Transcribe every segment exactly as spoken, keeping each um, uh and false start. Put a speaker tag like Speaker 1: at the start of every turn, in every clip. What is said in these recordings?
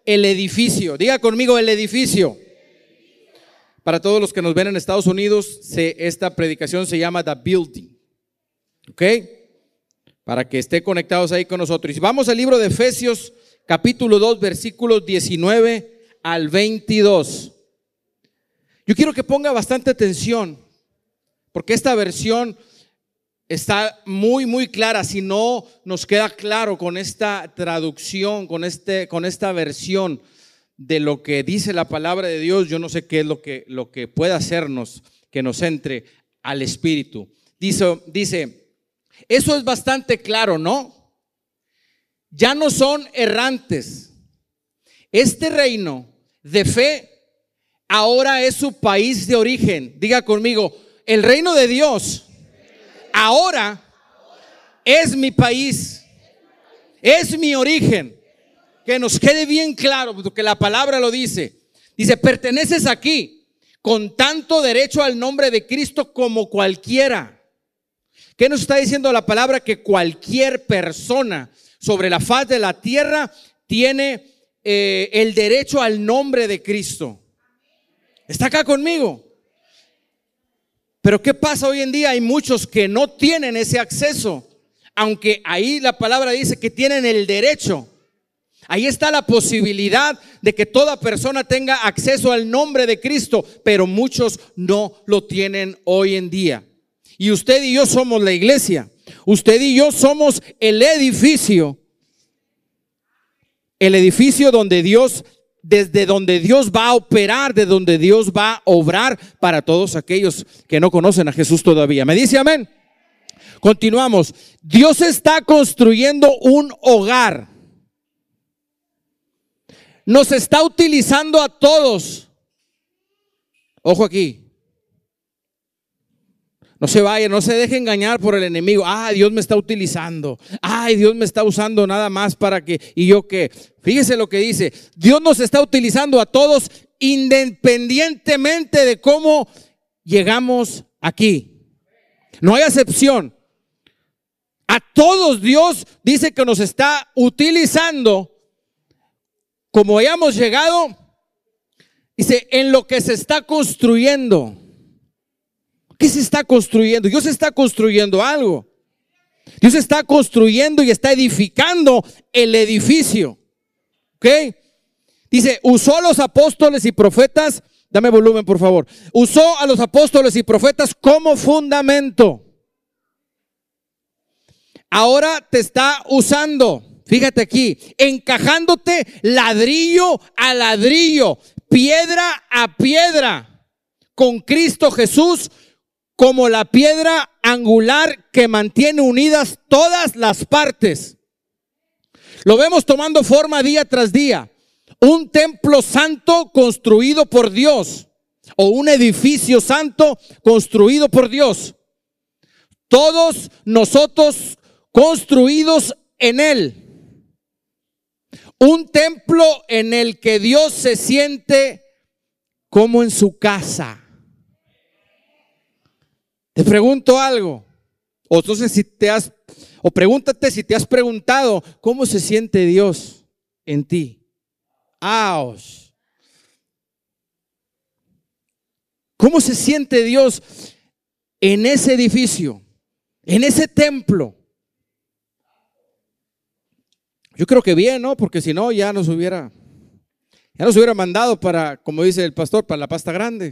Speaker 1: el edificio. Diga conmigo, el edificio. Para todos los que nos ven en Estados Unidos, se, esta predicación se llama The Building. ¿Ok? Para que estén conectados ahí con nosotros. Y vamos al libro de Efesios, capítulo dos, versículos diecinueve al veintidós. Yo quiero que ponga bastante atención, porque esta versión está muy, muy clara. Si no nos queda claro con esta traducción, con, este, con esta versión de lo que dice la palabra de Dios, yo no sé qué es lo que, lo que puede hacernos que nos entre al espíritu. Dice, dice, eso es bastante claro, ¿no? Ya no son errantes. Este reino de fe ahora es su país de origen. Diga conmigo, el reino de Dios ahora es mi país, es mi origen. Que nos quede bien claro, porque la palabra lo dice. Dice, perteneces aquí con tanto derecho al nombre de Cristo como cualquiera. ¿Qué nos está diciendo la palabra? Que cualquier persona sobre la faz de la tierra tiene eh, el derecho al nombre de Cristo. ¿Está acá conmigo? Pero ¿qué pasa hoy en día? Hay muchos que no tienen ese acceso, aunque ahí la palabra dice que tienen el derecho. Ahí está la posibilidad de que toda persona tenga acceso al nombre de Cristo, pero muchos no lo tienen hoy en día. Y usted y yo somos la iglesia. Usted y yo somos el edificio. El edificio donde Dios, desde donde Dios va a operar, de donde Dios va a obrar para todos aquellos que no conocen a Jesús todavía. ¿Me dice amén? Continuamos. Dios está construyendo un hogar. Nos está utilizando a todos. Ojo aquí. No se vayan, no se deje engañar por el enemigo. Ah, Dios me está utilizando. Ay, Dios me está usando nada más para que, ¿y yo qué? Fíjese lo que dice. Dios nos está utilizando a todos independientemente de cómo llegamos aquí. No hay excepción. A todos Dios dice que nos está utilizando como hayamos llegado. Dice, en lo que se está construyendo. ¿Qué se está construyendo? Dios está construyendo algo. Dios está construyendo y está edificando el edificio. ¿Ok? Dice, usó a los apóstoles y profetas. Dame volumen, por favor. Usó a los apóstoles y profetas como fundamento. Ahora te está usando. Fíjate aquí, encajándote ladrillo a ladrillo, piedra a piedra, con Cristo Jesús como la piedra angular que mantiene unidas todas las partes. Lo vemos tomando forma día tras día. Un templo santo construido por Dios, o un edificio santo construido por Dios. Todos nosotros construidos en Él. Un templo en el que Dios se siente como en su casa. Te pregunto algo, o entonces si te has, o pregúntate si te has preguntado cómo se siente Dios en ti. ¡Aos! ¿Cómo se siente Dios en ese edificio, en ese templo? Yo creo que bien, ¿no? Porque si no ya nos hubiera, ya nos hubiera mandado para, como dice el pastor, para la pasta grande.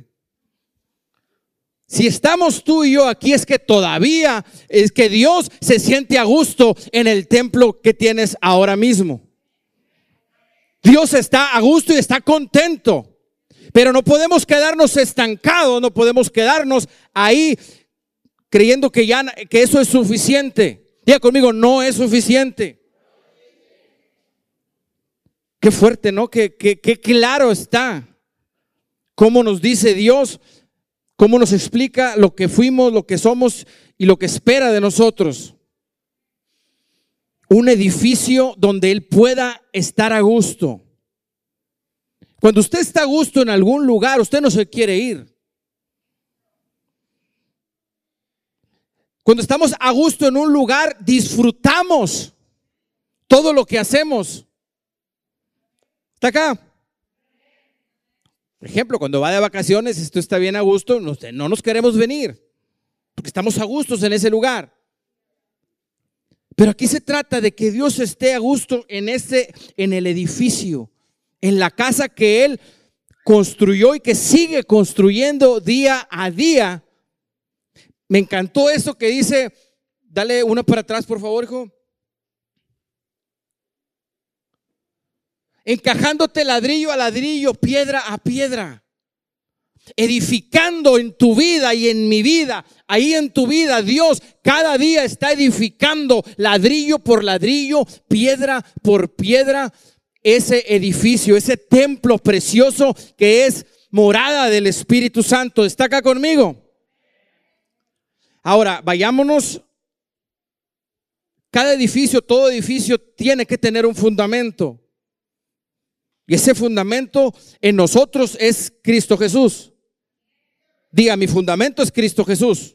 Speaker 1: Si estamos tú y yo aquí es que todavía es que Dios se siente a gusto en el templo que tienes ahora mismo. Dios está a gusto y está contento. Pero no podemos quedarnos estancados, no podemos quedarnos ahí creyendo que ya que eso es suficiente. Diga conmigo, no es suficiente. Qué fuerte, ¿no? Qué, qué, qué claro está cómo nos dice Dios, cómo nos explica lo que fuimos, lo que somos y lo que espera de nosotros. Un edificio donde Él pueda estar a gusto. Cuando usted está a gusto en algún lugar, usted no se quiere ir. Cuando estamos a gusto en un lugar, disfrutamos todo lo que hacemos. ¿Está acá? Por ejemplo, cuando va de vacaciones, esto está bien a gusto, no, no nos queremos venir, porque estamos a gustos en ese lugar. Pero aquí se trata de que Dios esté a gusto en ese, en el edificio, en la casa que Él construyó y que sigue construyendo día a día. Me encantó eso que dice, dale una para atrás, por favor, hijo. Encajándote ladrillo a ladrillo, piedra a piedra, edificando en tu vida y en mi vida. Ahí en tu vida Dios cada día está edificando ladrillo por ladrillo, piedra por piedra, ese edificio, ese templo precioso que es morada del Espíritu Santo. ¿Está acá conmigo? Ahora, vayámonos. Cada edificio, todo edificio tiene que tener un fundamento. Y ese fundamento en nosotros es Cristo Jesús. Diga, mi fundamento es Cristo Jesús.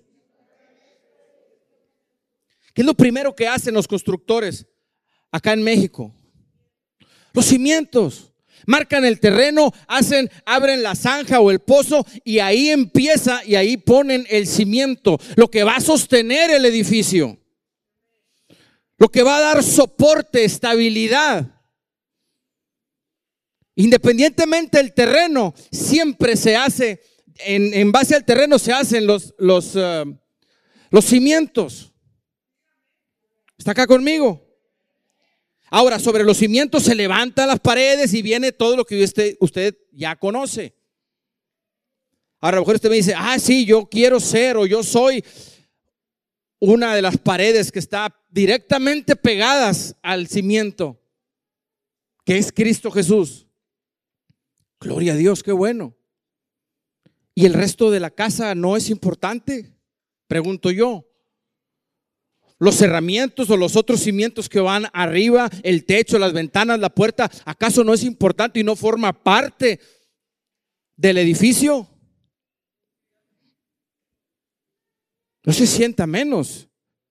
Speaker 1: ¿Qué es lo primero que hacen los constructores acá en México? Los cimientos. Marcan el terreno, hacen, abren la zanja o el pozo y ahí empieza y ahí ponen el cimiento, lo que va a sostener el edificio, lo que va a dar soporte, estabilidad. Independientemente del terreno, siempre se hace, en, en base al terreno se hacen los, los, uh, los cimientos. ¿Está acá conmigo? Ahora, sobre los cimientos se levantan las paredes y viene todo lo que usted, usted ya conoce. Ahora, a lo mejor usted me dice, ah, sí, yo quiero ser o yo soy una de las paredes que está directamente pegadas al cimiento, que es Cristo Jesús. Gloria a Dios, qué bueno. ¿Y el resto de la casa no es importante? Pregunto yo. Los cerramientos o los otros cimientos que van arriba, el techo, las ventanas, la puerta, ¿acaso no es importante y no forma parte del edificio? No se sienta menos.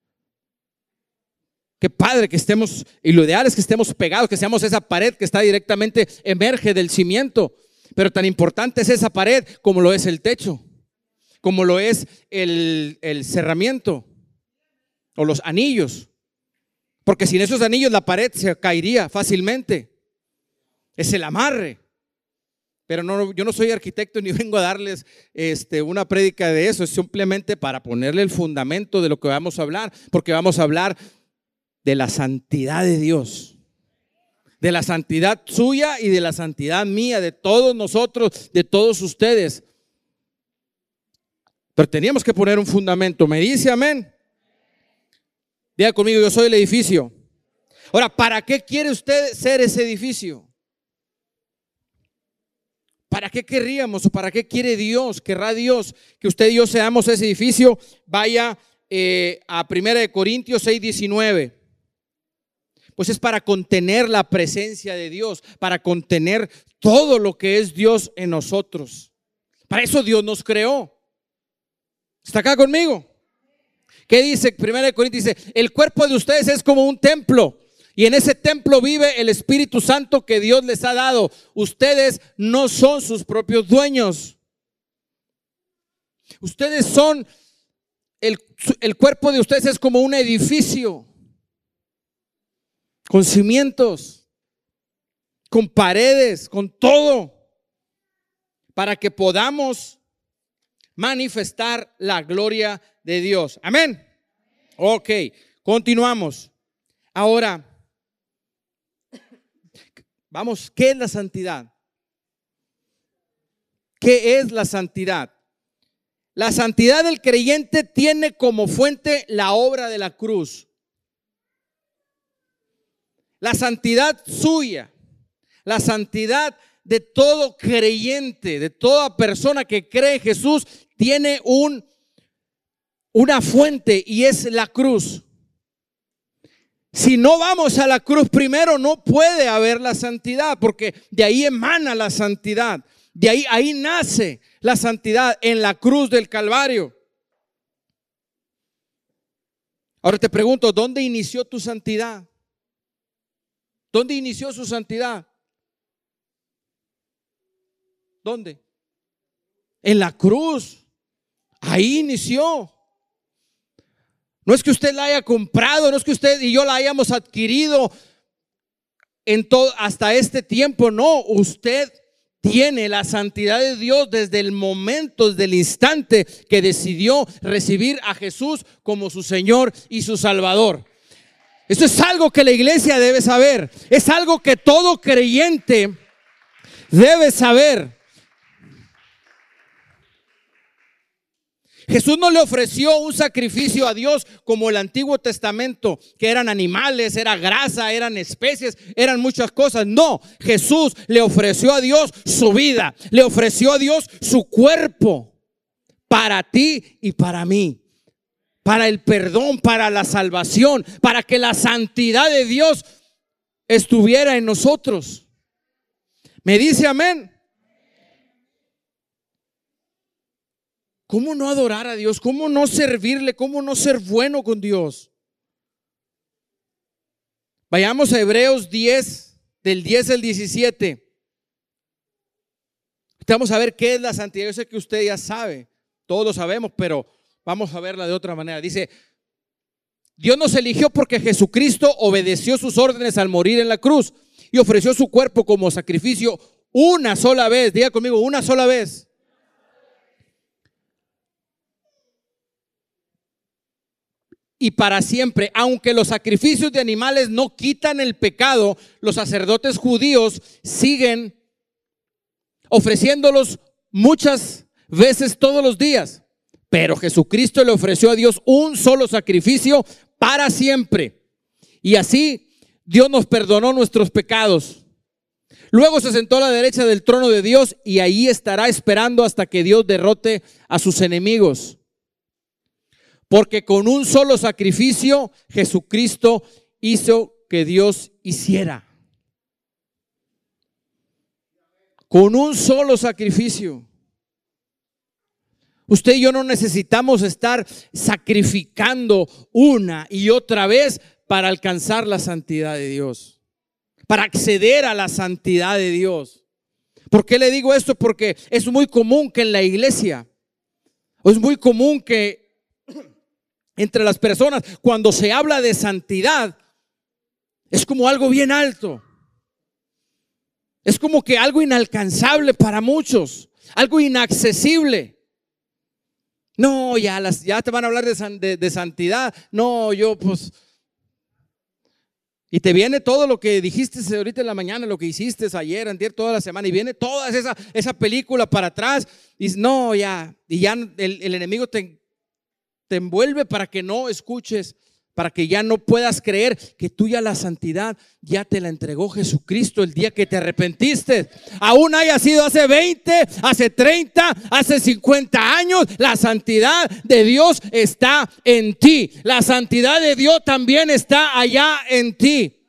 Speaker 1: Qué padre que estemos, y lo ideal es que estemos pegados, que seamos esa pared que está directamente, emerge del cimiento. Pero tan importante es esa pared como lo es el techo, como lo es el, el cerramiento o los anillos. Porque sin esos anillos la pared se caería fácilmente. Es el amarre. Pero no, yo no soy arquitecto ni vengo a darles este, una prédica de eso. Es simplemente para ponerle el fundamento de lo que vamos a hablar. Porque vamos a hablar de la santidad de Dios, de la santidad suya y de la santidad mía, de todos nosotros, de todos ustedes. Pero teníamos que poner un fundamento. ¿Me dice amén? Diga conmigo, yo soy el edificio. Ahora, ¿para qué quiere usted ser ese edificio? ¿Para qué querríamos o para qué quiere Dios, querrá Dios que usted y yo seamos ese edificio? Vaya eh, a primera de Corintios seis diecinueve. Pues es para contener la presencia de Dios, para contener todo lo que es Dios en nosotros. Para eso Dios nos creó. ¿Está acá conmigo? ¿Qué dice? primera de Corintios dice, el cuerpo de ustedes es como un templo y en ese templo vive el Espíritu Santo que Dios les ha dado. Ustedes no son sus propios dueños. Ustedes son, el, el cuerpo de ustedes es como un edificio con cimientos, con paredes, con todo, para que podamos manifestar la gloria de Dios. Amén. Ok, continuamos. Ahora, vamos, ¿qué es la santidad? ¿Qué es la santidad? La santidad del creyente tiene como fuente la obra de la cruz. La santidad suya, la santidad de todo creyente, de toda persona que cree en Jesús, tiene un, una fuente y es la cruz. Si no vamos a la cruz primero, no puede haber la santidad, porque de ahí emana la santidad. De ahí, ahí nace la santidad, en la cruz del Calvario. Ahora te pregunto, ¿dónde inició tu santidad? ¿Dónde inició su santidad? ¿Dónde? En la cruz. Ahí inició. No es que usted la haya comprado, no es que usted y yo la hayamos adquirido en todo, hasta este tiempo. No, usted tiene la santidad de Dios desde el momento, desde el instante que decidió recibir a Jesús como su Señor y su Salvador. Eso es algo que la iglesia debe saber. Es algo que todo creyente debe saber. Jesús no le ofreció un sacrificio a Dios como el Antiguo Testamento, que eran animales, era grasa, eran especies, eran muchas cosas. No, Jesús le ofreció a Dios su vida, le ofreció a Dios su cuerpo para ti y para mí, para el perdón, para la salvación, para que la santidad de Dios estuviera en nosotros. ¿Me dice amén? ¿Cómo no adorar a Dios? ¿Cómo no servirle? ¿Cómo no ser bueno con Dios? Vayamos a Hebreos diez, del diez al diecisiete. Vamos a ver qué es la santidad. Yo sé que usted ya sabe, todos lo sabemos, pero vamos a verla de otra manera. Dice: Dios nos eligió porque Jesucristo obedeció sus órdenes al morir en la cruz y ofreció su cuerpo como sacrificio una sola vez. Diga conmigo, una sola vez. Y para siempre. Aunque los sacrificios de animales no quitan el pecado, los sacerdotes judíos siguen ofreciéndolos muchas veces todos los días. Pero Jesucristo le ofreció a Dios un solo sacrificio para siempre. Y así Dios nos perdonó nuestros pecados. Luego se sentó a la derecha del trono de Dios y ahí estará esperando hasta que Dios derrote a sus enemigos. Porque con un solo sacrificio Jesucristo hizo que Dios hiciera. Con un solo sacrificio. Usted y yo no necesitamos estar sacrificando una y otra vez para alcanzar la santidad de Dios, para acceder a la santidad de Dios. ¿Por qué le digo esto? Porque es muy común que en la iglesia, es muy común que entre las personas, cuando se habla de santidad, es como algo bien alto. Es como que algo inalcanzable para muchos, algo inaccesible. No, ya, las, ya te van a hablar de, san, de, de santidad. No, yo pues... Y te viene todo lo que dijiste ahorita en la mañana, lo que hiciste ayer, antier, toda la semana, y viene toda esa, esa película para atrás. Y no, ya, y ya el, el enemigo te... te envuelve para que no escuches, para que ya no puedas creer que tú ya la santidad ya te la entregó Jesucristo el día que te arrepentiste. Aún haya sido hace veinte, hace treinta, hace cincuenta años, la santidad de Dios está en ti. La santidad de Dios también está allá en ti.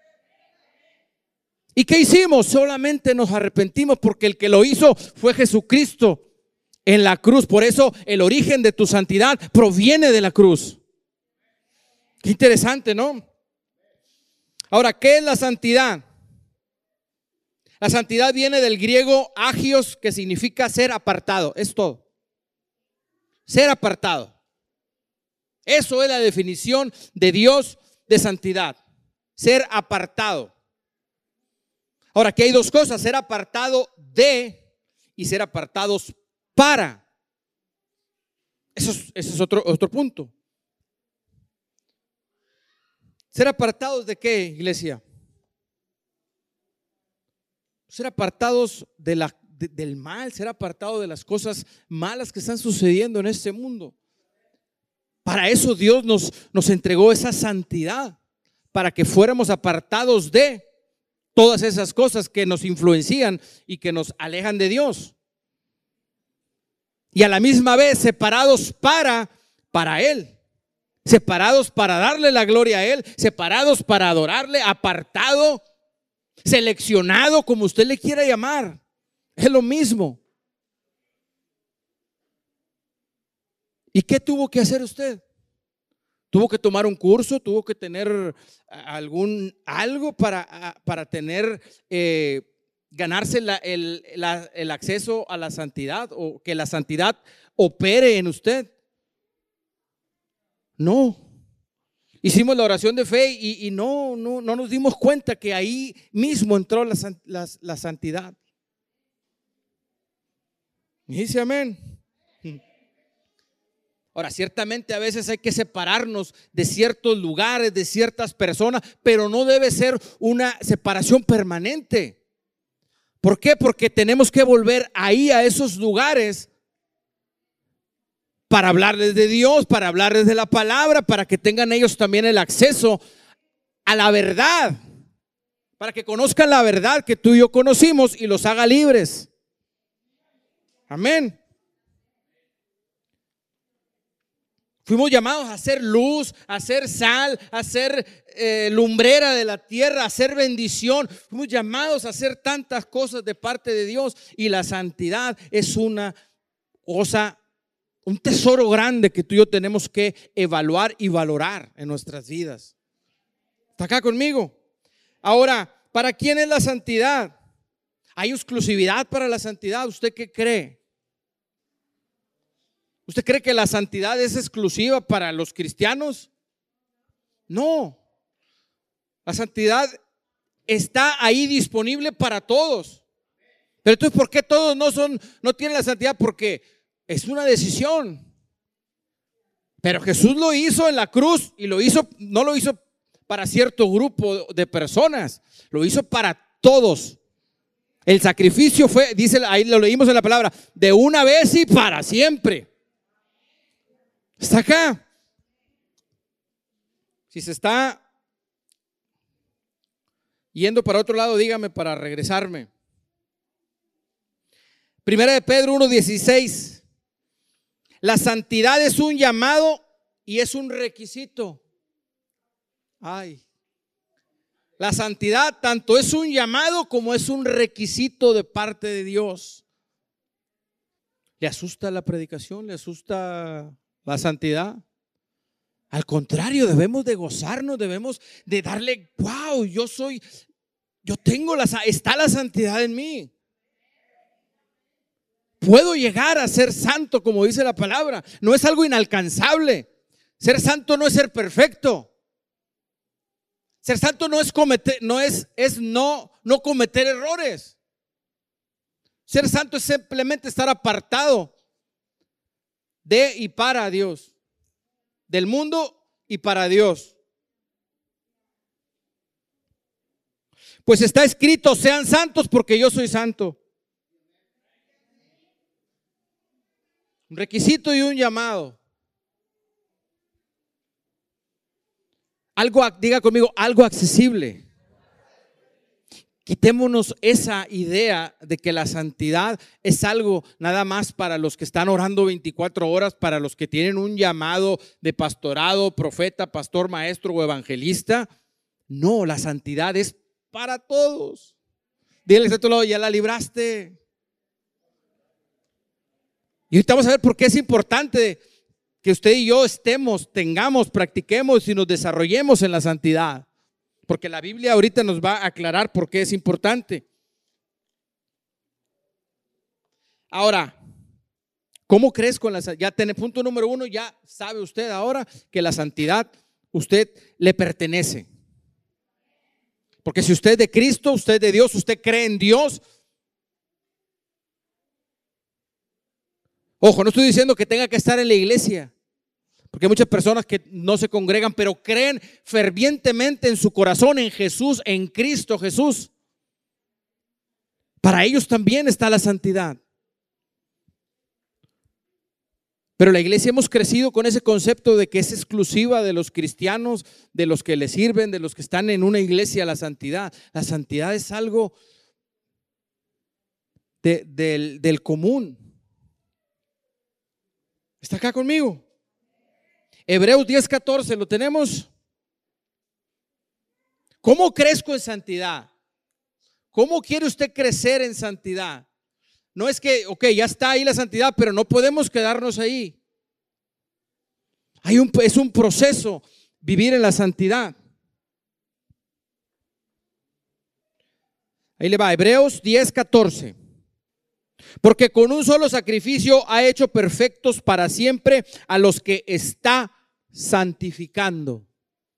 Speaker 1: ¿Y qué hicimos? Solamente nos arrepentimos porque el que lo hizo fue Jesucristo en la cruz. Por eso el origen de tu santidad proviene de la cruz. Qué interesante, ¿no? Ahora, ¿qué es la santidad? La santidad viene del griego agios, que significa ser apartado. Es todo. Ser apartado. Eso es la definición de Dios de santidad. Ser apartado. Ahora, aquí hay dos cosas: ser apartado de y ser apartados para. Eso es, ese es otro, otro punto. ¿Ser apartados de qué, iglesia? Ser apartados de la, de, del mal, ser apartados de las cosas malas que están sucediendo en este mundo. Para eso Dios nos, nos entregó esa santidad, para que fuéramos apartados de todas esas cosas que nos influencian y que nos alejan de Dios. Y a la misma vez separados para, para Él. Separados para darle la gloria a Él, separados para adorarle, apartado, seleccionado, como usted le quiera llamar. Es lo mismo. ¿Y qué tuvo que hacer usted? ¿Tuvo que tomar un curso? ¿Tuvo que tener algún algo para, para tener eh, ganarse la, el, la, el acceso a la santidad o que la santidad opere en usted. No. Hicimos la oración de fe y, y no, no, no nos dimos cuenta que ahí mismo entró la, la, la santidad. Y dice amén. Ahora, ciertamente a veces hay que separarnos de ciertos lugares, de ciertas personas, pero no debe ser una separación permanente. ¿Por qué? Porque tenemos que volver ahí a esos lugares para hablarles de Dios, para hablarles de la palabra, para que tengan ellos también el acceso a la verdad, para que conozcan la verdad que tú y yo conocimos y los haga libres. Amén. Fuimos llamados a ser luz, a ser sal, a ser eh, lumbrera de la tierra, a ser bendición. Fuimos llamados a hacer tantas cosas de parte de Dios, y la santidad es una cosa, un tesoro grande que tú y yo tenemos que evaluar y valorar en nuestras vidas. ¿Está acá conmigo? Ahora, ¿para quién es la santidad? ¿Hay exclusividad para la santidad? ¿Usted qué cree? ¿Usted cree que la santidad es exclusiva para los cristianos? No. La santidad está ahí disponible para todos. Pero entonces, ¿por qué todos no son, no tienen la santidad? Porque es una decisión. Pero Jesús lo hizo en la cruz, y lo hizo, no lo hizo para cierto grupo de personas, lo hizo para todos. El sacrificio fue, dice, ahí lo leímos en la palabra, de una vez y para siempre. Está acá. Si se está yendo para otro lado, dígame para regresarme. Primera de Pedro uno dieciséis. La santidad es un llamado y es un requisito. Ay. La santidad tanto es un llamado como es un requisito de parte de Dios. ¿Le asusta la predicación? ¿Le asusta la santidad? Al contrario, debemos de gozarnos, debemos de darle, wow, yo soy, yo tengo la, está la santidad en mí. Puedo llegar a ser santo, como dice la palabra. No es algo inalcanzable. Ser santo no es ser perfecto. Ser santo no es cometer, no es, es no, no cometer errores. Ser santo es simplemente estar apartado de y para Dios, del mundo y para Dios. Pues está escrito: sean santos porque yo soy santo. Un requisito y un llamado. Algo, diga conmigo, algo accesible. Quitémonos esa idea de que la santidad es algo nada más para los que están orando veinticuatro horas, para los que tienen un llamado de pastorado, profeta, pastor, maestro o evangelista. No, la santidad es para todos. Dile a tu lado: ya la libraste. Y ahorita vamos a ver por qué es importante que usted y yo estemos, tengamos, practiquemos y nos desarrollemos en la santidad. Porque la Biblia ahorita nos va a aclarar por qué es importante. Ahora, ¿cómo crees con la santidad? Ya tiene punto número uno, ya sabe usted ahora que la santidad usted le pertenece. Porque si usted es de Cristo, usted es de Dios, usted cree en Dios. Ojo, no estoy diciendo que tenga que estar en la iglesia, porque hay muchas personas que no se congregan, pero creen fervientemente en su corazón en Jesús, en Cristo Jesús. Para ellos también está la santidad. Pero la iglesia hemos crecido con ese concepto de que es exclusiva de los cristianos, de los que le sirven, de los que están en una iglesia, la santidad. La santidad es algo de, del, del común. ¿Está acá conmigo? Hebreos diez catorce, ¿lo tenemos? ¿Cómo crezco en santidad? ¿Cómo quiere usted crecer en santidad? No es que, ok, ya está ahí la santidad, pero no podemos quedarnos ahí. Hay un, es un proceso vivir en la santidad. Ahí le va, Hebreos diez, catorce. Porque con un solo sacrificio ha hecho perfectos para siempre a los que está santificando.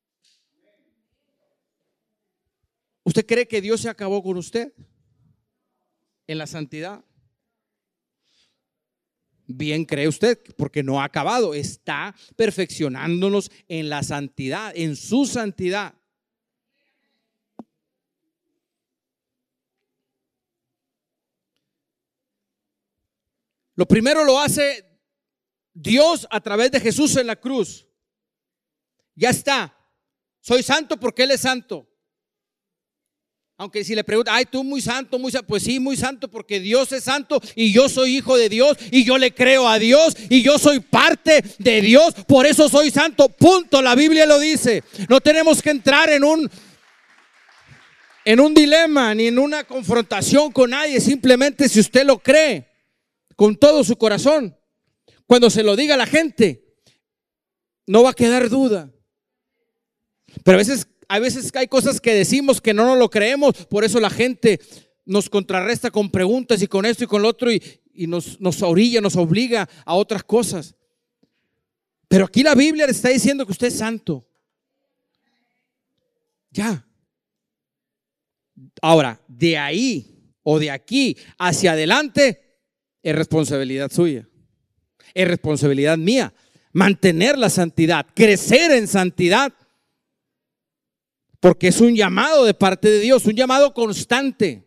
Speaker 1: ¿Usted cree que Dios se acabó con usted en la santidad? Bien cree usted, porque no ha acabado, está perfeccionándonos en la santidad, en su santidad. Lo primero lo hace Dios a través de Jesús en la cruz. Ya está. Soy santo porque Él es santo. Aunque si le preguntan, ay, tú muy santo, muy santo, pues sí, muy santo porque Dios es santo y yo soy hijo de Dios y yo le creo a Dios y yo soy parte de Dios, por eso soy santo. Punto. La Biblia lo dice. No tenemos que entrar en un en un dilema ni en una confrontación con nadie. Simplemente si usted lo cree con todo su corazón, cuando se lo diga a la gente, no va a quedar duda. Pero a veces, a veces hay cosas que decimos que no nos lo creemos, por eso la gente nos contrarresta con preguntas y con esto y con lo otro y, y nos, nos orilla, nos obliga a otras cosas. Pero aquí la Biblia le está diciendo que usted es santo. Ya. Ahora, de ahí o de aquí hacia adelante es responsabilidad suya, es responsabilidad mía mantener la santidad, crecer en santidad, porque es un llamado de parte de Dios, un llamado constante,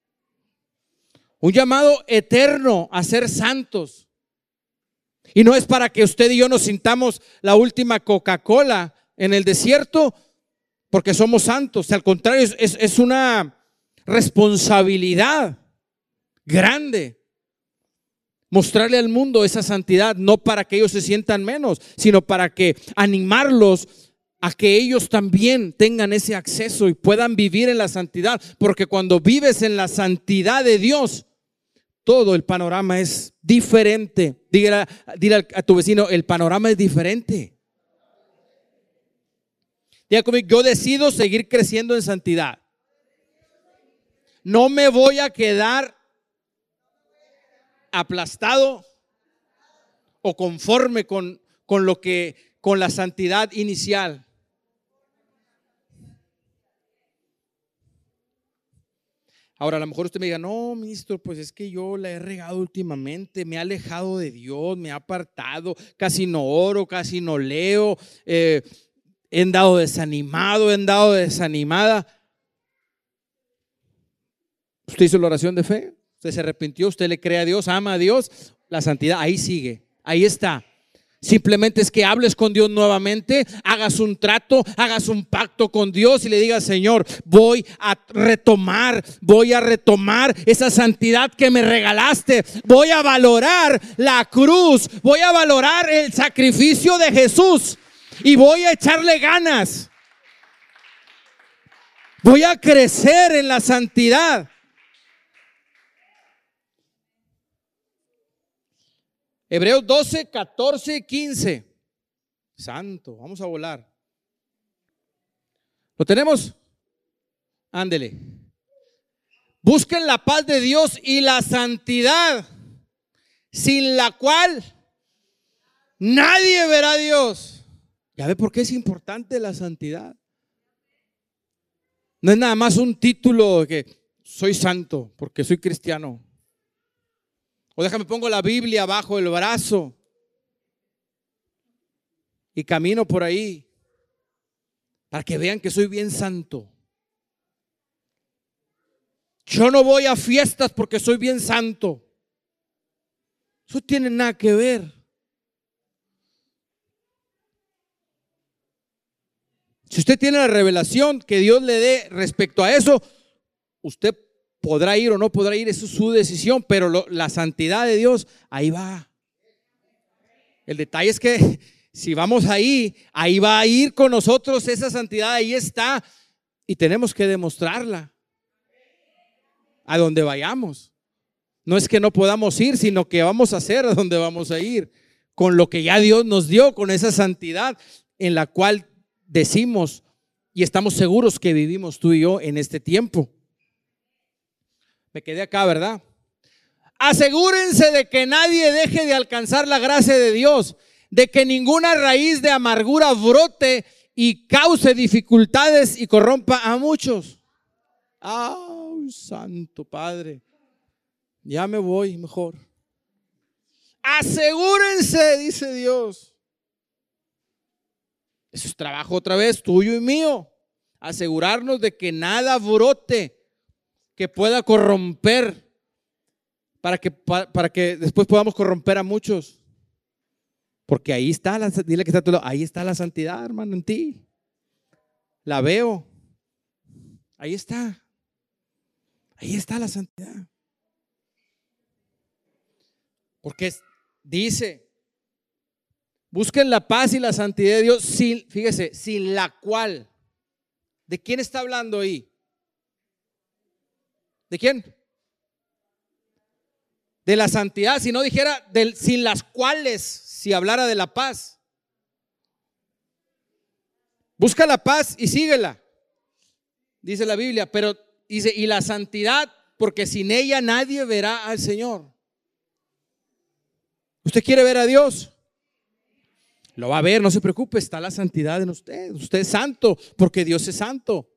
Speaker 1: un llamado eterno a ser santos. Y no es para que usted y yo nos sintamos la última Coca-Cola en el desierto porque somos santos. Al contrario, es, es una responsabilidad grande mostrarle al mundo esa santidad, no para que ellos se sientan menos, sino para que animarlos a que ellos también tengan ese acceso y puedan vivir en la santidad, porque cuando vives en la santidad de Dios, todo el panorama es diferente. Dígale, dile a tu vecino, el panorama es diferente. Diga conmigo, yo decido seguir creciendo en santidad. No me voy a quedar aplastado o conforme con, con lo que, con la santidad inicial. Ahora a lo mejor usted me diga, no, ministro, pues es que yo la he regado últimamente, me he alejado de Dios, me he apartado, casi no oro, casi no leo, eh, he andado desanimado, he andado desanimada. ¿Usted hizo la oración de fe? ¿Usted se arrepintió? ¿Usted le cree a Dios? ¿Ama a Dios? La santidad ahí sigue, ahí está. Simplemente es que hables con Dios nuevamente, hagas un trato, hagas un pacto con Dios y le digas, Señor, voy a retomar, voy a retomar esa santidad que me regalaste. Voy a valorar la cruz, voy a valorar el sacrificio de Jesús y voy a echarle ganas. Voy a crecer en la santidad. Hebreos doce, catorce, quince. Santo, vamos a volar. ¿Lo tenemos? Ándele. Busquen la paz de Dios y la santidad, sin la cual nadie verá a Dios. ¿Ya ve por qué es importante la santidad? No es nada más un título de que soy santo porque soy cristiano. O déjame pongo la Biblia bajo el brazo y camino por ahí para que vean que soy bien santo. Yo no voy a fiestas porque soy bien santo. Eso no tiene nada que ver. Si usted tiene la revelación que Dios le dé respecto a eso, usted podrá ir o no podrá ir, eso es su decisión, pero lo, la santidad de Dios, ahí va. El detalle es que si vamos ahí, ahí va a ir con nosotros esa santidad, ahí está, y tenemos que demostrarla a donde vayamos. No es que no podamos ir, sino que vamos a hacer a donde vamos a ir, con lo que ya Dios nos dio, con esa santidad en la cual decimos y estamos seguros que vivimos tú y yo en este tiempo. Me quedé acá, ¿verdad? Asegúrense de que nadie deje de alcanzar la gracia de Dios, de que ninguna raíz de amargura brote y cause dificultades y corrompa a muchos. ¡Ay, Santo Padre! Ya me voy mejor. Asegúrense, dice Dios. Eso es trabajo otra vez tuyo y mío. Asegurarnos de que nada brote que pueda corromper, para que, para, para que después podamos corromper a muchos. Porque ahí está, la, dile que está a tu lado, ahí está la santidad, hermano, en ti. La veo. Ahí está. Ahí está la santidad. Porque dice, busquen la paz y la santidad de Dios, sin, fíjese, sin la cual. ¿De quién está hablando ahí? ¿De quién? De la santidad. Si no dijera del, sin las cuales, si hablara de la paz. Busca la paz y síguela, dice la Biblia, pero dice, y la santidad, porque sin ella nadie verá al Señor. ¿Usted quiere ver a Dios? Lo va a ver, no se preocupe, está la santidad en usted. Usted es santo porque Dios es santo.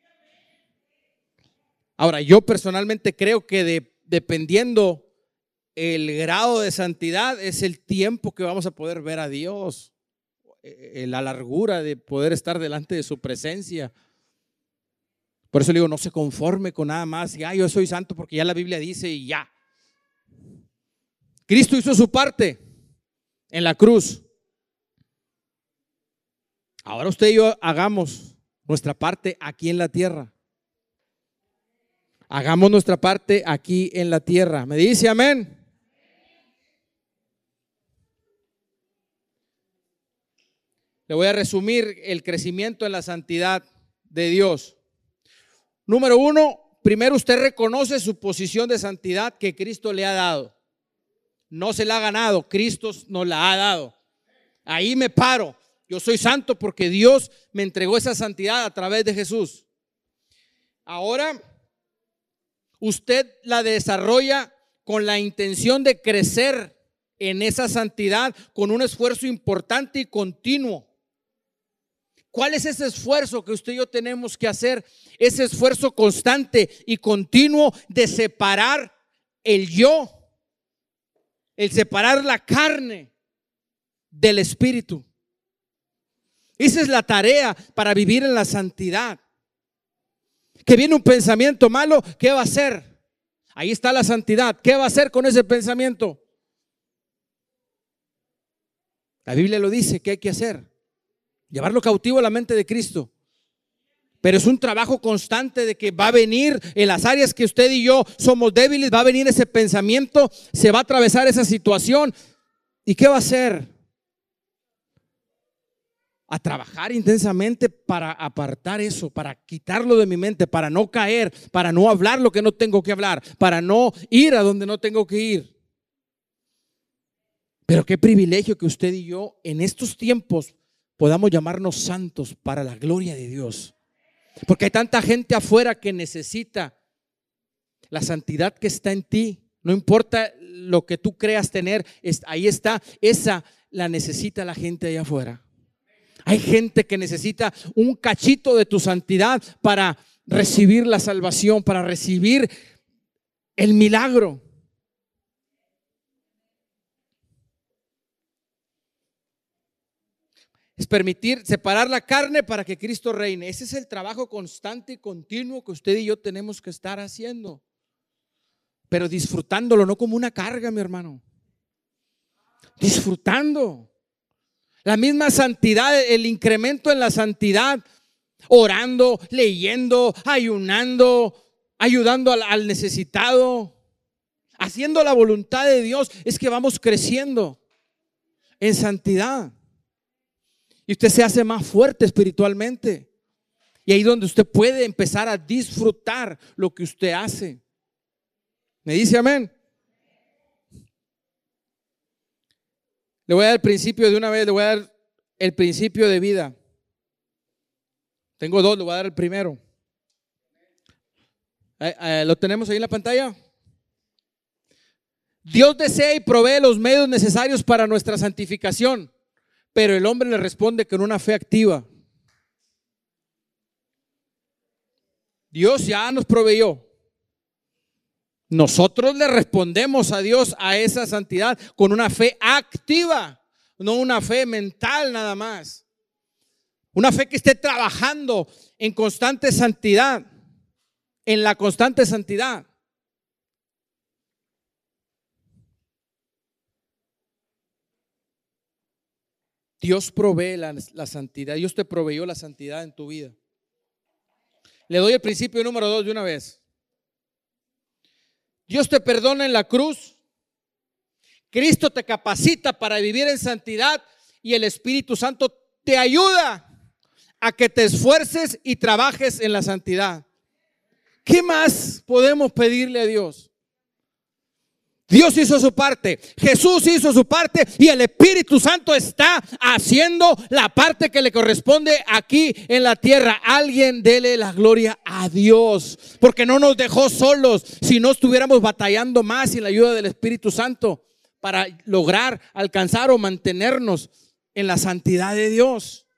Speaker 1: Ahora, yo personalmente creo que de, dependiendo el grado de santidad es el tiempo que vamos a poder ver a Dios, la largura de poder estar delante de su presencia. Por eso le digo, no se conforme con nada más. Ya, yo soy santo porque ya la Biblia dice y ya. Cristo hizo su parte en la cruz. Ahora usted y yo hagamos nuestra parte aquí en la tierra. Hagamos nuestra parte aquí en la tierra. ¿Me dice amén? Le voy a resumir el crecimiento en la santidad de Dios. Número uno, primero usted reconoce su posición de santidad que Cristo le ha dado. No se la ha ganado, Cristo nos la ha dado. Ahí me paro. Yo soy santo porque Dios me entregó esa santidad a través de Jesús. Ahora, usted la desarrolla con la intención de crecer en esa santidad con un esfuerzo importante y continuo. ¿Cuál es ese esfuerzo que usted y yo tenemos que hacer? Ese esfuerzo constante y continuo de separar el yo, el separar la carne del espíritu. Esa es la tarea para vivir en la santidad. Que viene un pensamiento malo, ¿qué va a hacer? Ahí está la santidad. ¿Qué va a hacer con ese pensamiento? La Biblia lo dice, ¿qué hay que hacer? Llevarlo cautivo a la mente de Cristo. Pero es un trabajo constante de que va a venir en las áreas que usted y yo somos débiles, va a venir ese pensamiento, se va a atravesar esa situación. ¿Y qué va a hacer? A trabajar intensamente para apartar eso, para quitarlo de mi mente, para no caer, para no hablar lo que no tengo que hablar, para no ir a donde no tengo que ir. Pero qué privilegio que usted y yo en estos tiempos podamos llamarnos santos para la gloria de Dios. Porque hay tanta gente afuera que necesita la santidad que está en ti. No importa lo que tú creas tener, ahí está, esa la necesita la gente allá afuera. Hay gente que necesita un cachito de tu santidad para recibir la salvación, para recibir el milagro. Es permitir separar la carne para que Cristo reine. Ese es el trabajo constante y continuo que usted y yo tenemos que estar haciendo. Pero disfrutándolo, no como una carga, mi hermano. Disfrutando. La misma santidad, el incremento en la santidad, orando, leyendo, ayunando, ayudando al, al necesitado, haciendo la voluntad de Dios, es que vamos creciendo en santidad. Y usted se hace más fuerte espiritualmente. Y ahí donde usted puede empezar a disfrutar lo que usted hace. ¿Me dice amén? Le voy a dar el principio de una vez, le voy a dar el principio de vida. Tengo dos, le voy a dar el primero. Eh, eh, ¿Lo tenemos ahí en la pantalla? Dios desea y provee los medios necesarios para nuestra santificación, pero el hombre le responde con una fe activa. Dios ya nos proveyó. Nosotros le respondemos a Dios a esa santidad con una fe activa, no una fe mental nada más. Una fe que esté trabajando en constante santidad, en la constante santidad. Dios provee la, la santidad. Dios te proveyó la santidad en tu vida. Le doy el principio número dos de una vez. Dios te perdona en la cruz. Cristo te capacita para vivir en santidad y el Espíritu Santo te ayuda a que te esfuerces y trabajes en la santidad. ¿Qué más podemos pedirle a Dios? Dios hizo su parte, Jesús hizo su parte y el Espíritu Santo está haciendo la parte que le corresponde aquí en la tierra. Alguien dele la gloria a Dios, porque no nos dejó solos. Si no estuviéramos batallando más sin la ayuda del Espíritu Santo para lograr alcanzar o mantenernos en la santidad de Dios.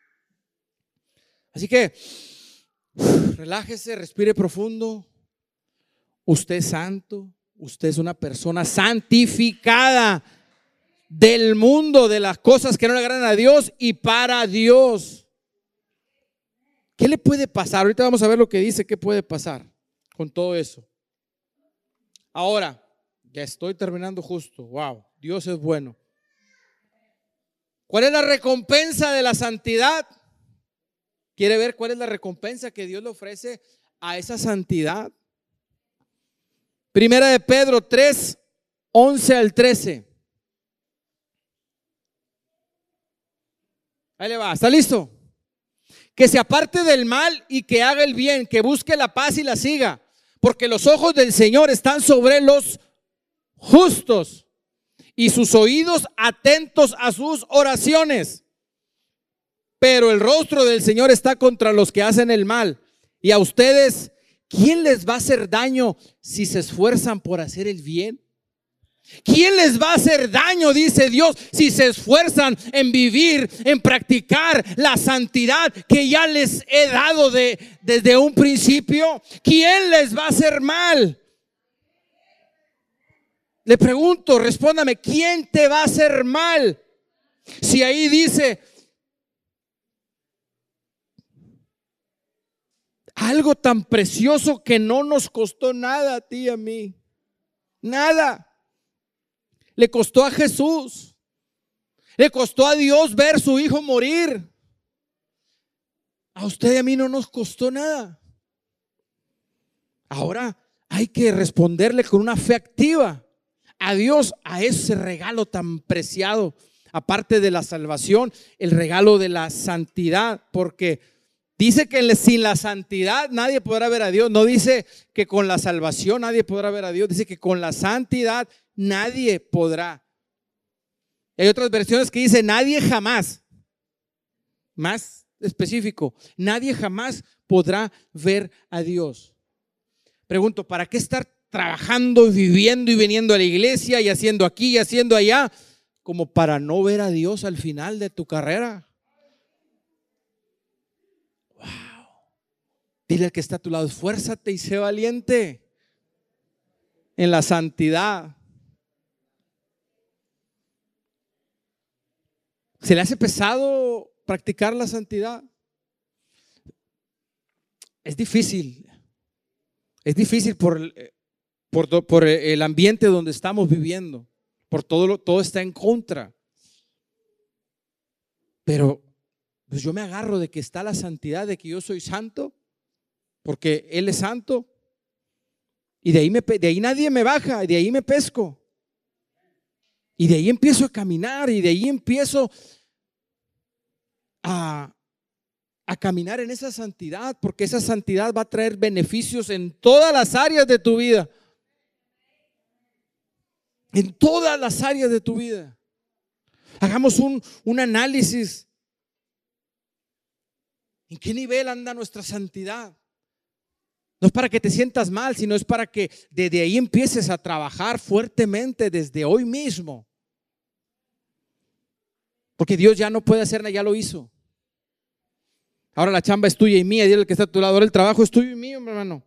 Speaker 1: Así que relájese, respire profundo. Usted es santo. Usted es una persona santificada del mundo, de las cosas que no le agradan a Dios y para Dios. ¿Qué le puede pasar? Ahorita vamos a ver lo que dice, qué puede pasar con todo eso. Ahora, ya estoy terminando justo. Wow, Dios es bueno. ¿Cuál es la recompensa de la santidad? ¿Quiere ver cuál es la recompensa que Dios le ofrece a esa santidad? Primera de Pedro tres, once al trece. Ahí le va, ¿está listo? Que se aparte del mal y que haga el bien, que busque la paz y la siga, porque los ojos del Señor están sobre los justos y sus oídos atentos a sus oraciones. Pero el rostro del Señor está contra los que hacen el mal. Y a ustedes, ¿quién les va a hacer daño si se esfuerzan por hacer el bien? ¿Quién les va a hacer daño, dice Dios, si se esfuerzan en vivir, en practicar la santidad que ya les he dado de, desde un principio? ¿Quién les va a hacer mal? Le pregunto, respóndame, ¿quién te va a hacer mal? Si ahí dice algo tan precioso que no nos costó nada a ti y a mí. Nada. Le costó a Jesús. Le costó a Dios ver su hijo morir. A usted y a mí no nos costó nada. Ahora hay que responderle con una fe activa a Dios, a ese regalo tan preciado. Aparte de la salvación, el regalo de la santidad, porque dice que sin la santidad nadie podrá ver a Dios. No dice que con la salvación nadie podrá ver a Dios. Dice que con la santidad nadie podrá. Hay otras versiones que dice nadie jamás. Más específico, nadie jamás podrá ver a Dios. Pregunto, ¿para qué estar trabajando, viviendo y viniendo a la iglesia y haciendo aquí y haciendo allá? Como para no ver a Dios al final de tu carrera. Dile al que está a tu lado, esfuérzate y sé valiente en la santidad. ¿Se le hace pesado practicar la santidad? Es difícil. Es difícil por, por, por el ambiente donde estamos viviendo. Por todo, lo, todo está en contra. Pero pues yo me agarro de que está la santidad, de que yo soy santo. Porque Él es santo. Y de ahí, me, de ahí nadie me baja. De ahí me pesco. Y de ahí empiezo a caminar. Y de ahí empiezo a, a caminar en esa santidad. Porque esa santidad va a traer beneficios en todas las áreas de tu vida. En todas las áreas de tu vida. Hagamos un, un análisis. ¿En qué nivel anda nuestra santidad? No es para que te sientas mal, sino es para que desde ahí empieces a trabajar fuertemente desde hoy mismo. Porque Dios ya no puede hacer nada, ya lo hizo. Ahora la chamba es tuya y mía, dile al que está a tu lado, ahora el trabajo es tuyo y mío, mi hermano.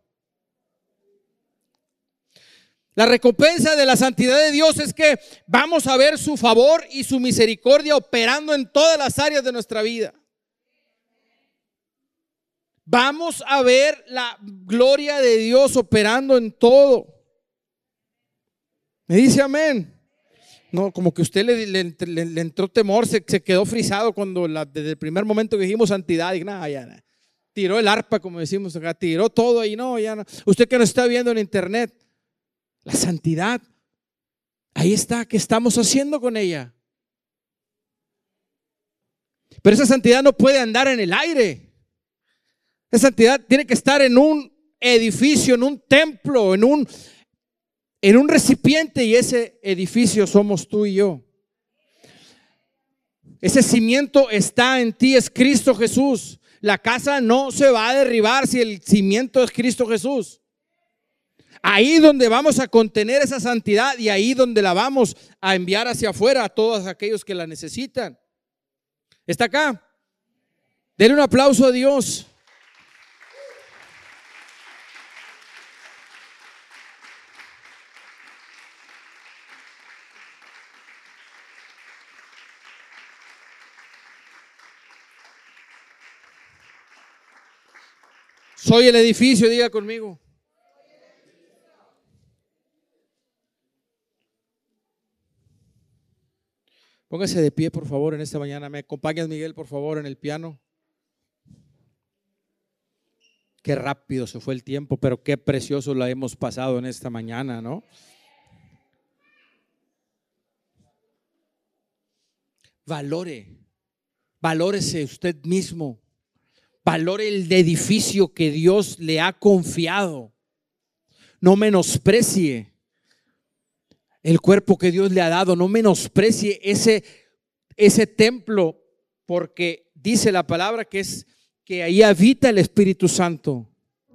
Speaker 1: La recompensa de la santidad de Dios es que vamos a ver su favor y su misericordia operando en todas las áreas de nuestra vida. Vamos a ver la gloria de Dios operando en todo. Me dice amén. No, como que usted le, le, le, le entró temor, se, se quedó frisado cuando la, desde el primer momento que dijimos santidad, y nada, ya, nada. Tiró el arpa, como decimos acá, tiró todo ahí, no, ya no. Usted que nos está viendo en internet, la santidad, ahí está, ¿qué estamos haciendo con ella? Pero esa santidad no puede andar en el aire. Esa santidad tiene que estar en un edificio, en un templo, en un, en un recipiente, y ese edificio somos tú y yo. Ese cimiento está en ti, es Cristo Jesús. La casa no se va a derribar si el cimiento es Cristo Jesús. Ahí donde vamos a contener esa santidad y ahí donde la vamos a enviar hacia afuera a todos aquellos que la necesitan. ¿Está acá? Denle un aplauso a Dios. Soy el edificio, diga conmigo. Póngase de pie, por favor, en esta mañana. ¿Me acompañas, Miguel, por favor, en el piano? Qué rápido se fue el tiempo, pero qué precioso la hemos pasado en esta mañana, ¿no? Valore, valórese usted mismo. Valore el edificio que Dios le ha confiado. No menosprecie el cuerpo que Dios le ha dado. No menosprecie ese, ese templo, porque dice la palabra que es que ahí habita el Espíritu Santo.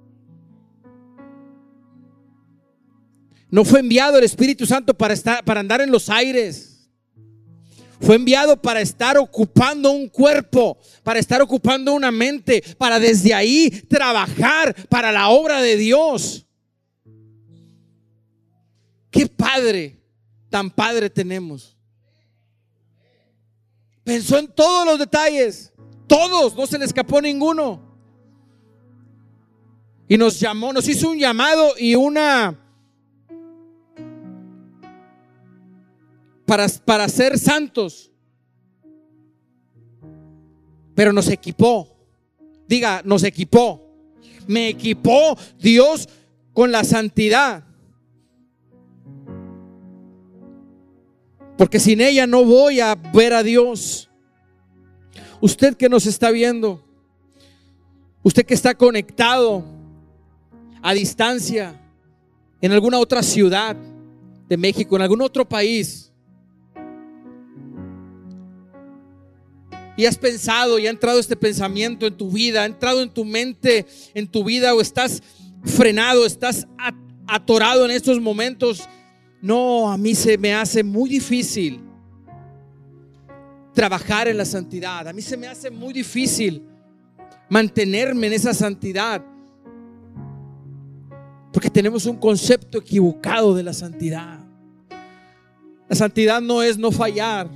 Speaker 1: No fue enviado el Espíritu Santo para estar, para andar en los aires. Fue enviado para estar ocupando un cuerpo, para estar ocupando una mente, para desde ahí trabajar para la obra de Dios. Qué padre, tan padre tenemos. Pensó en todos los detalles, todos, no se le escapó ninguno. Y nos llamó, nos hizo un llamado y una Para, para ser santos, pero nos equipó. Diga, nos equipó. Me equipó Dios con la santidad, porque sin ella no voy a ver a Dios. Usted que nos está viendo, usted que está conectado a distancia en alguna otra ciudad de México, en algún otro país, y has pensado y ha entrado este pensamiento en tu vida, ha entrado en tu mente, en tu vida, o estás frenado, estás atorado en estos momentos. No, a mí se me hace muy difícil trabajar en la santidad. A mí se me hace muy difícil mantenerme en esa santidad, porque tenemos un concepto equivocado de la santidad. La santidad no es no fallar.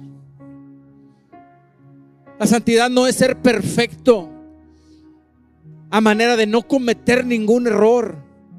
Speaker 1: La santidad no es ser perfecto a manera de no cometer ningún error.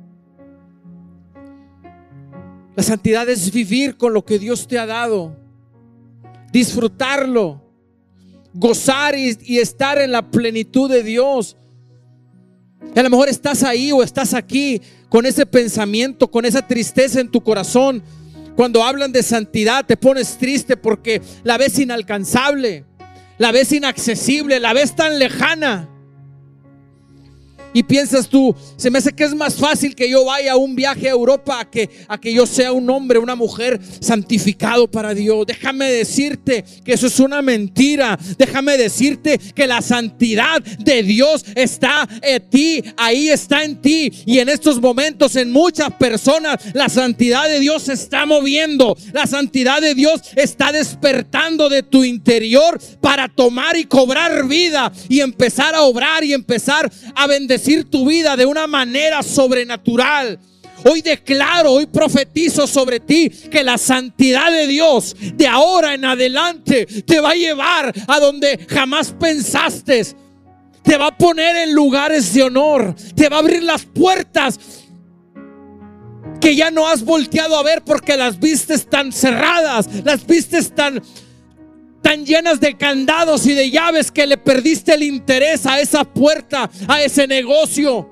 Speaker 1: La santidad es vivir con lo que Dios te ha dado, disfrutarlo, gozar y, y estar en la plenitud de Dios. Y a lo mejor estás ahí o estás aquí con ese pensamiento, con esa tristeza en tu corazón. Cuando hablan de santidad te pones triste porque la ves inalcanzable, la ves inaccesible, la ves tan lejana. Y piensas tú, se me hace que es más fácil que yo vaya a un viaje a Europa a que, a que yo sea un hombre, una mujer santificado para Dios. Déjame decirte que eso es una mentira. Déjame decirte que la santidad de Dios está en ti, ahí está en ti. Y en estos momentos en muchas personas la santidad de Dios se está moviendo. La santidad de Dios está despertando de tu interior para tomar y cobrar vida y empezar a obrar y empezar a bendecir tu vida de una manera sobrenatural. Hoy declaro, hoy profetizo sobre ti que la santidad de Dios de ahora en adelante te va a llevar a donde jamás pensaste. Te va a poner en lugares de honor. Te va a abrir las puertas que ya no has volteado a ver porque las vistes tan cerradas, las vistes tan tan llenas de candados y de llaves que le perdiste el interés a esa puerta, a ese negocio,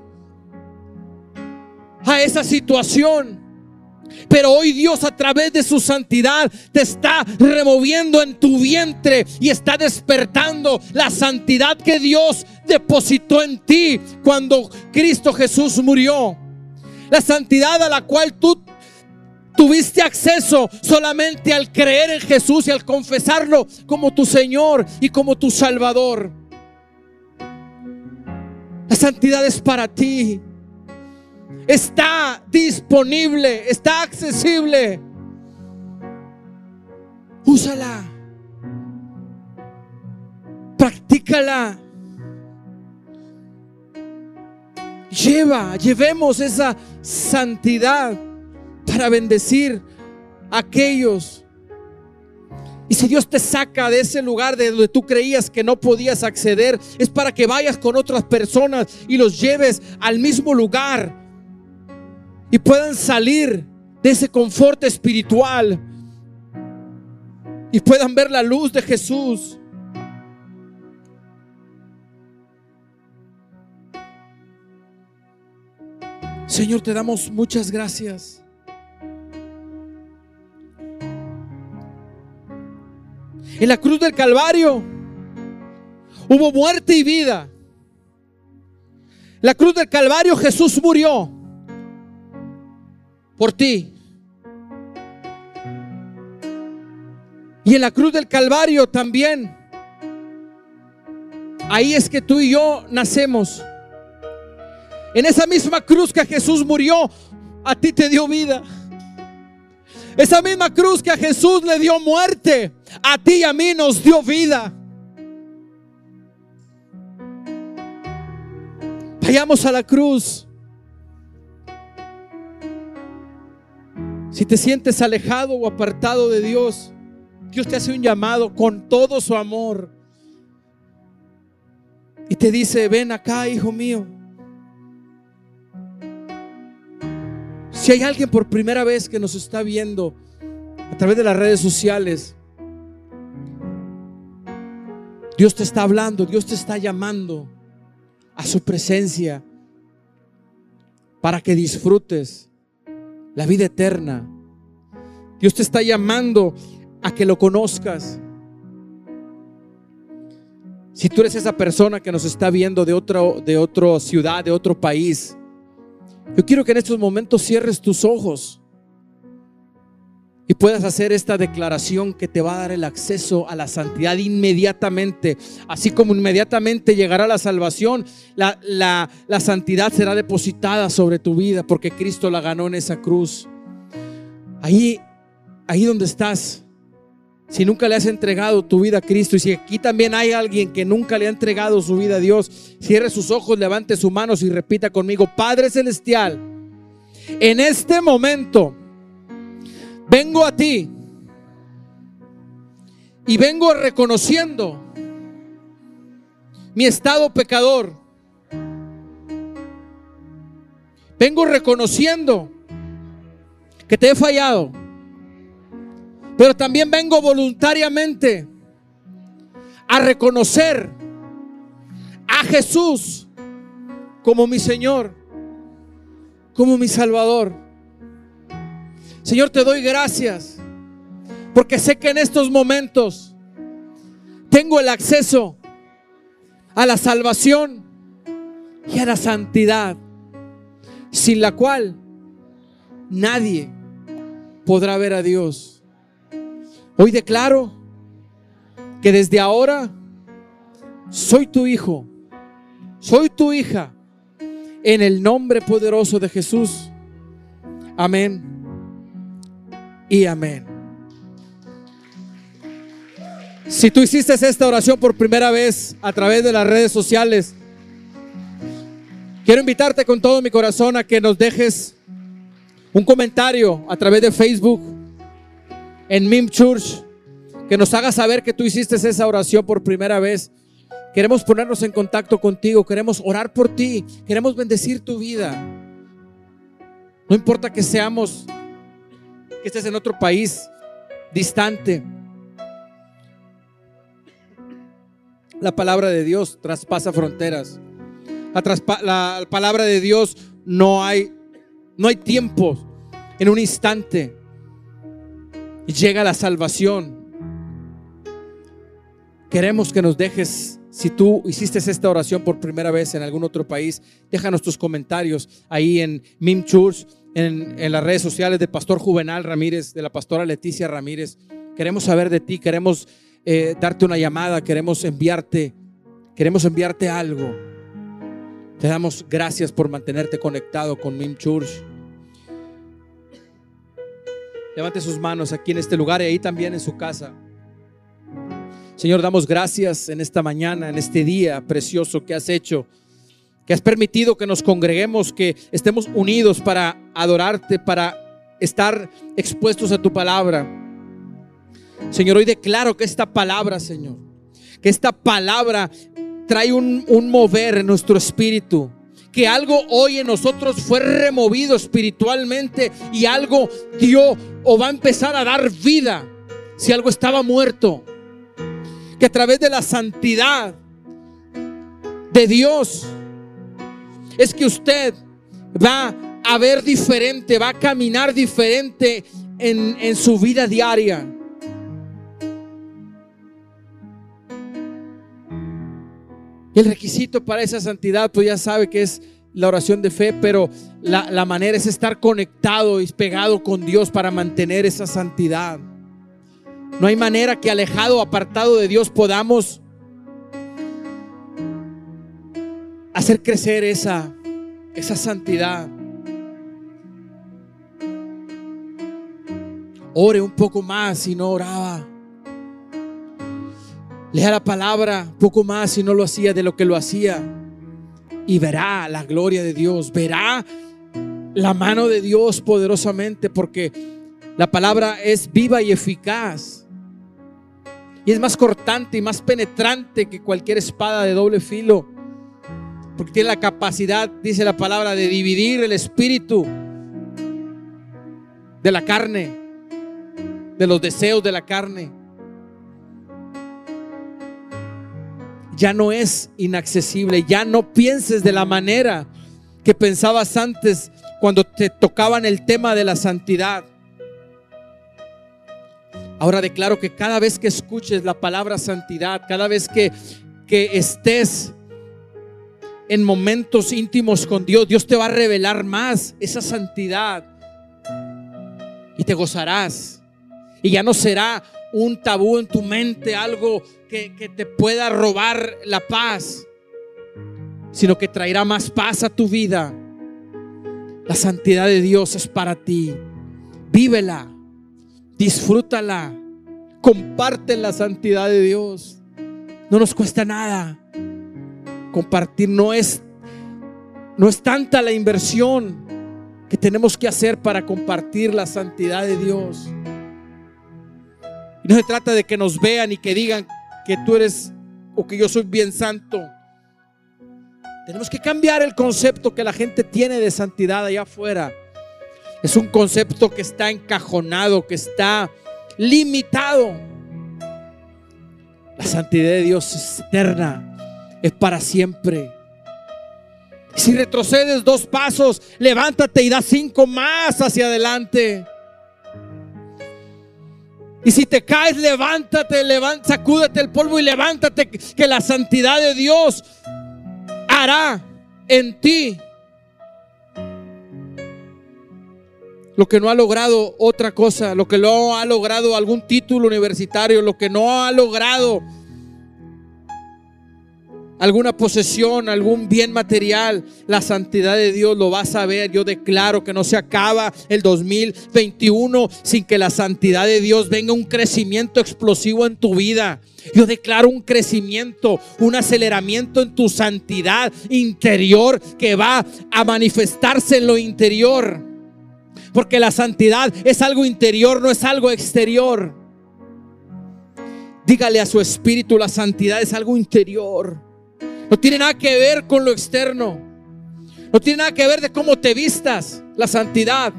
Speaker 1: a esa situación. Pero hoy Dios a través de su santidad te está removiendo en tu vientre y está despertando la santidad que Dios depositó en ti cuando Cristo Jesús murió. La santidad a la cual tú tuviste acceso solamente al creer en Jesús y al confesarlo como tu Señor y como tu Salvador. La santidad es para ti. Está disponible, está accesible. Úsala. Practícala. Lleva, llevemos esa santidad para bendecir a aquellos. Y si Dios te saca de ese lugar de donde tú creías que no podías acceder, es para que vayas con otras personas y los lleves al mismo lugar y puedan salir de ese confort espiritual y puedan ver la luz de Jesús. Señor, te damos muchas gracias. En la cruz del Calvario hubo muerte y vida. En la cruz del Calvario Jesús murió por ti. Y en la cruz del Calvario también, ahí es que tú y yo nacemos. En esa misma cruz que Jesús murió, a ti te dio vida. Esa misma cruz que a Jesús le dio muerte, a ti y a mí nos dio vida. Vayamos a la cruz. Si te sientes alejado o apartado de Dios, Dios te hace un llamado con todo su amor y te dice: ven acá, hijo mío. Si hay alguien por primera vez que nos está viendo a través de las redes sociales, Dios te está hablando, Dios te está llamando a su presencia para que disfrutes la vida eterna. Dios te está llamando a que lo conozcas. Si tú eres esa persona que nos está viendo de otra, de otra ciudad, de otro país, yo quiero que en estos momentos cierres tus ojos y puedas hacer esta declaración que te va a dar el acceso a la santidad inmediatamente. Así como inmediatamente llegará la salvación, la, la, la santidad será depositada sobre tu vida, porque Cristo la ganó en esa cruz. Ahí, ahí donde estás, si nunca le has entregado tu vida a Cristo, y si aquí también hay alguien que nunca le ha entregado su vida a Dios, cierre sus ojos, levante sus manos y repita conmigo: Padre Celestial, en este momento vengo a ti y vengo reconociendo mi estado pecador. Vengo reconociendo que te he fallado, pero también vengo voluntariamente a reconocer a Jesús como mi Señor, como mi Salvador. Señor, te doy gracias porque sé que en estos momentos tengo el acceso a la salvación y a la santidad, sin la cual nadie podrá ver a Dios. Hoy declaro que desde ahora soy tu hijo, soy tu hija, en el nombre poderoso de Jesús. Amén y amén. Si tú hiciste esta oración por primera vez a través de las redes sociales, quiero invitarte con todo mi corazón a que nos dejes un comentario a través de Facebook en Mim Church, que nos haga saber que tú hiciste esa oración por primera vez. Queremos ponernos en contacto contigo, queremos orar por ti, queremos bendecir tu vida. No importa que seamos, que estés en otro país distante. La palabra de Dios traspasa fronteras. La, traspa, la palabra de Dios no hay, no hay tiempo. En un instante llega la salvación. Queremos que nos dejes, si tú hiciste esta oración por primera vez en algún otro país, déjanos tus comentarios ahí en Mim Church, en, en las redes sociales de Pastor Juvenal Ramírez, de la pastora Leticia Ramírez. Queremos saber de ti, queremos eh, darte una llamada, queremos enviarte, queremos enviarte algo. Te damos gracias por mantenerte conectado con Mim Church. Levante sus manos aquí en este lugar y ahí también en su casa. Señor, damos gracias en esta mañana, en este día precioso que has hecho, que has permitido que nos congreguemos, que estemos unidos para adorarte, para estar expuestos a tu palabra. Señor, hoy declaro que esta palabra, Señor, que esta palabra trae un, un mover en nuestro espíritu, que algo hoy en nosotros fue removido espiritualmente y algo dio o va a empezar a dar vida si algo estaba muerto. Que a través de la santidad de Dios es que usted va a ver diferente, va a caminar diferente en, en su vida diaria. Y el requisito para esa santidad, pues ya sabe que es la oración de fe, pero la, la manera es estar conectado y pegado con Dios para mantener esa santidad. No hay manera que alejado o apartado de Dios podamos hacer crecer esa, esa santidad. Ore un poco más si no oraba. Lea la palabra un poco más si no lo hacía de lo que lo hacía. Y verá la gloria de Dios, verá la mano de Dios poderosamente, porque la palabra es viva y eficaz. Y es más cortante y más penetrante que cualquier espada de doble filo, porque tiene la capacidad, dice la palabra, de dividir el espíritu de la carne, de los deseos de la carne. Ya no es inaccesible. Ya no pienses de la manera que pensabas antes cuando te tocaban el tema de la santidad. Ahora declaro que cada vez que escuches la palabra santidad, cada vez que, que estés en momentos íntimos con Dios, Dios te va a revelar más esa santidad y te gozarás. Y ya no será un tabú en tu mente, algo que, que te pueda robar la paz, sino que traerá más paz a tu vida. La santidad de Dios es para ti. Vívela, disfrútala, comparte la santidad de Dios. No nos cuesta nada compartir. No es, no es tanta la inversión que tenemos que hacer para compartir la santidad de Dios. Y no se trata de que nos vean y que digan que tú eres o que yo soy bien santo. Tenemos que cambiar el concepto que la gente tiene de santidad allá afuera. Es un concepto que está encajonado, que está limitado. La santidad de Dios es eterna, es para siempre. Si retrocedes dos pasos, levántate y da cinco más hacia adelante. Y si te caes, levántate, levántate, sacúdete el polvo y levántate, que la santidad de Dios hará en ti lo que no ha logrado otra cosa, lo que no ha logrado algún título universitario, lo que no ha logrado alguna posesión, algún bien material, la santidad de Dios lo vas a ver. Yo declaro que no se acaba el dos mil veintiuno sin que la santidad de Dios venga un crecimiento explosivo en tu vida. Yo declaro un crecimiento, un aceleramiento en tu santidad interior que va a manifestarse en lo interior. Porque la santidad es algo interior, no es algo exterior. Dígale a su espíritu, la santidad es algo interior. No tiene nada que ver con lo externo. No tiene nada que ver de cómo te vistas, la santidad,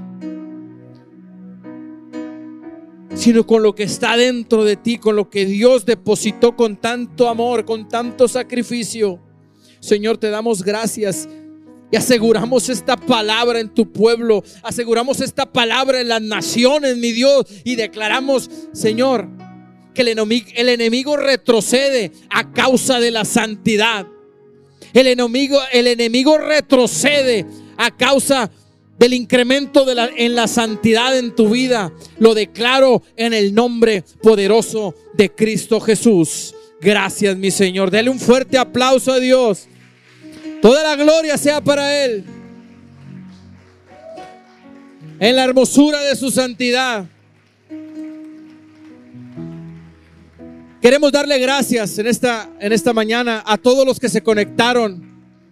Speaker 1: sino con lo que está dentro de ti, con lo que Dios depositó con tanto amor, con tanto sacrificio. Señor, te damos gracias. Y aseguramos esta palabra en tu pueblo. Aseguramos esta palabra en las naciones, mi Dios. Y declaramos, Señor, que el enemigo, el enemigo retrocede a causa de la santidad. El enemigo, el enemigo retrocede a causa del incremento de la, en la santidad en tu vida. Lo declaro en el nombre poderoso de Cristo Jesús. Gracias, mi Señor. Dale un fuerte aplauso a Dios. Toda la gloria sea para Él, en la hermosura de su santidad. Queremos darle gracias en esta, en esta mañana a todos los que se conectaron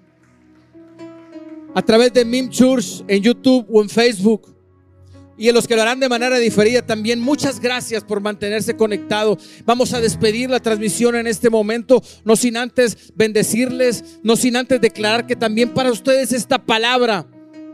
Speaker 1: a través de M I M Church en YouTube o en Facebook, y a los que lo harán de manera diferida también. Muchas gracias por mantenerse conectado. Vamos a despedir la transmisión en este momento, no sin antes bendecirles, no sin antes declarar que también para ustedes esta palabra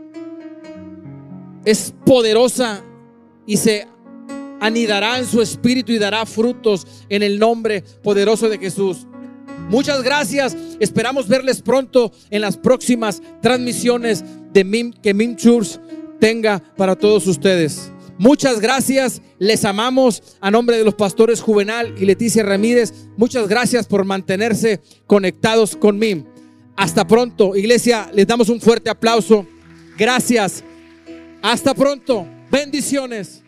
Speaker 1: es poderosa y se anidará en su espíritu y dará frutos en el nombre poderoso de Jesús. Muchas gracias. Esperamos verles pronto en las próximas transmisiones de M I M, que M I M Church tenga para todos ustedes. Muchas gracias, les amamos a nombre de los pastores Juvenal y Leticia Ramírez. Muchas gracias por mantenerse conectados con M I M. Hasta pronto, iglesia, les damos un fuerte aplauso. Gracias. Hasta pronto. Bendiciones.